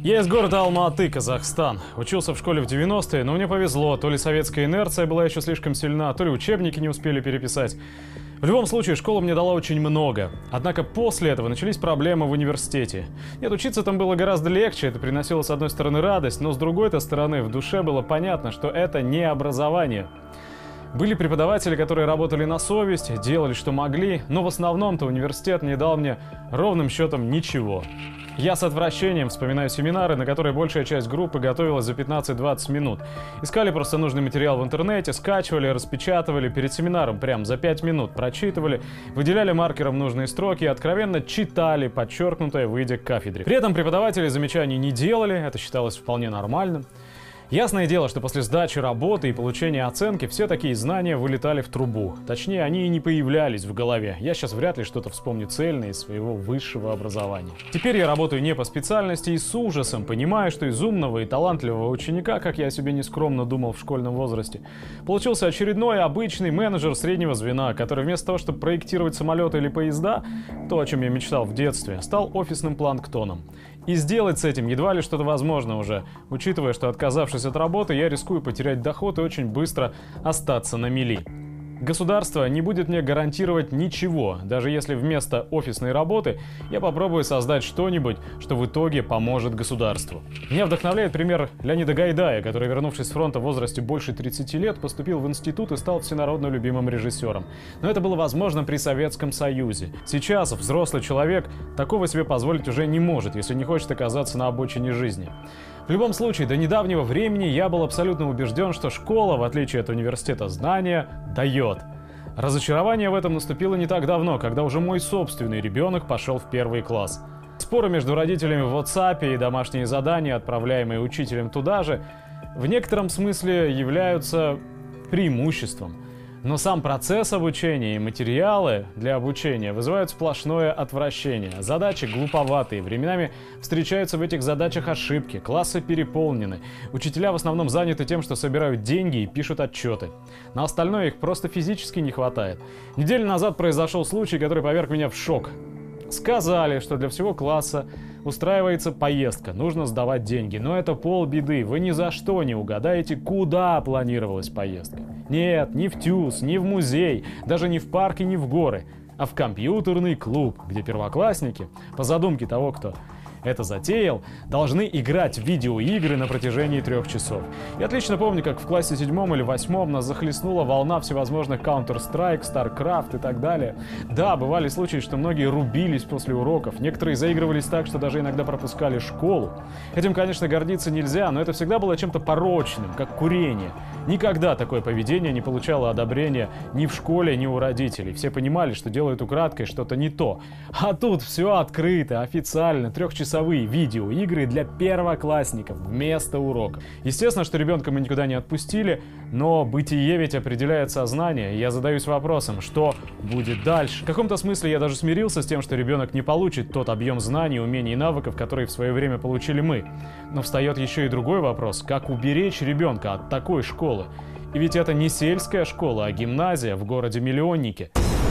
Я из города Алма-Аты, Казахстан. Учился в школе в 90-е, но мне повезло. То ли советская инерция была еще слишком сильна, то ли учебники не успели переписать. В любом случае, школа мне дала очень много. Однако после этого начались проблемы в университете. Нет, учиться там было гораздо легче, это приносило с одной стороны радость, но с другой-то стороны в душе было понятно, что это не образование. Были преподаватели, которые работали на совесть, делали, что могли, но в основном-то университет не дал мне ровным счетом ничего. Я с отвращением вспоминаю семинары, на которые большая часть группы готовилась за 15-20 минут. Искали просто нужный материал в интернете, скачивали, распечатывали, перед семинаром прям за 5 минут прочитывали, выделяли маркером нужные строки и откровенно читали подчеркнутое, выйдя к кафедре. При этом преподаватели замечаний не делали, это считалось вполне нормальным. Ясное дело, что после сдачи работы и получения оценки все такие знания вылетали в трубу. Точнее, они и не появлялись в голове. Я сейчас вряд ли что-то вспомню цельное из своего высшего образования. Теперь я работаю не по специальности и с ужасом понимаю, что из умного и талантливого ученика, как я о себе нескромно думал в школьном возрасте, получился очередной обычный менеджер среднего звена, который вместо того, чтобы проектировать самолеты или поезда, то, о чем я мечтал в детстве, стал офисным планктоном. И сделать с этим едва ли что-то возможно уже, учитывая, что, отказавшись от работы, я рискую потерять доход и очень быстро остаться на мели. Государство не будет мне гарантировать ничего, даже если вместо офисной работы я попробую создать что-нибудь, что в итоге поможет государству. Меня вдохновляет пример Леонида Гайдая, который, вернувшись с фронта в возрасте больше 30 лет, поступил в институт и стал всенародно любимым режиссером. Но это было возможно при Советском Союзе. Сейчас взрослый человек такого себе позволить уже не может, если не хочет оказаться на обочине жизни. В любом случае, до недавнего времени я был абсолютно убежден, что школа, в отличие от университета знания, дает. Разочарование в этом наступило не так давно, когда уже мой собственный ребенок пошел в 1 класс. Споры между родителями в WhatsApp и домашние задания, отправляемые учителем туда же, в некотором смысле являются преимуществом. Но сам процесс обучения и материалы для обучения вызывают сплошное отвращение. Задачи глуповатые, временами встречаются в этих задачах ошибки, классы переполнены. Учителя в основном заняты тем, что собирают деньги и пишут отчеты. На остальное их просто физически не хватает. Неделю назад произошел случай, который поверг меня в шок. Сказали, что для всего класса устраивается поездка, нужно сдавать деньги. Но это полбеды, вы ни за что не угадаете, куда планировалась поездка. Нет, не в ТЮЗ, не в музей, даже не в парк и не в горы, а в компьютерный клуб, где первоклассники, по задумке того, кто это затеял, должны играть в видеоигры на протяжении 3 часов. Я отлично помню, как в классе 7 или 8 нас захлестнула волна всевозможных Counter-Strike, StarCraft и так далее. Да, бывали случаи, что многие рубились после уроков, некоторые заигрывались так, что даже иногда пропускали школу. Этим, конечно, гордиться нельзя, но это всегда было чем-то порочным, как курение. Никогда такое поведение не получало одобрения ни в школе, ни у родителей. Все понимали, что делают украдкой что-то не то. А тут все открыто, официально, 3-часовые видеоигры для первоклассников вместо уроков. Естественно, что ребенка мы никуда не отпустили, но бытие ведь определяет сознание. И я задаюсь вопросом, что будет дальше? В каком-то смысле я даже смирился с тем, что ребенок не получит тот объем знаний, умений и навыков, которые в свое время получили мы. Но встает еще и другой вопрос: как уберечь ребенка от такой школы? И ведь это не сельская школа, а гимназия в городе-миллионнике.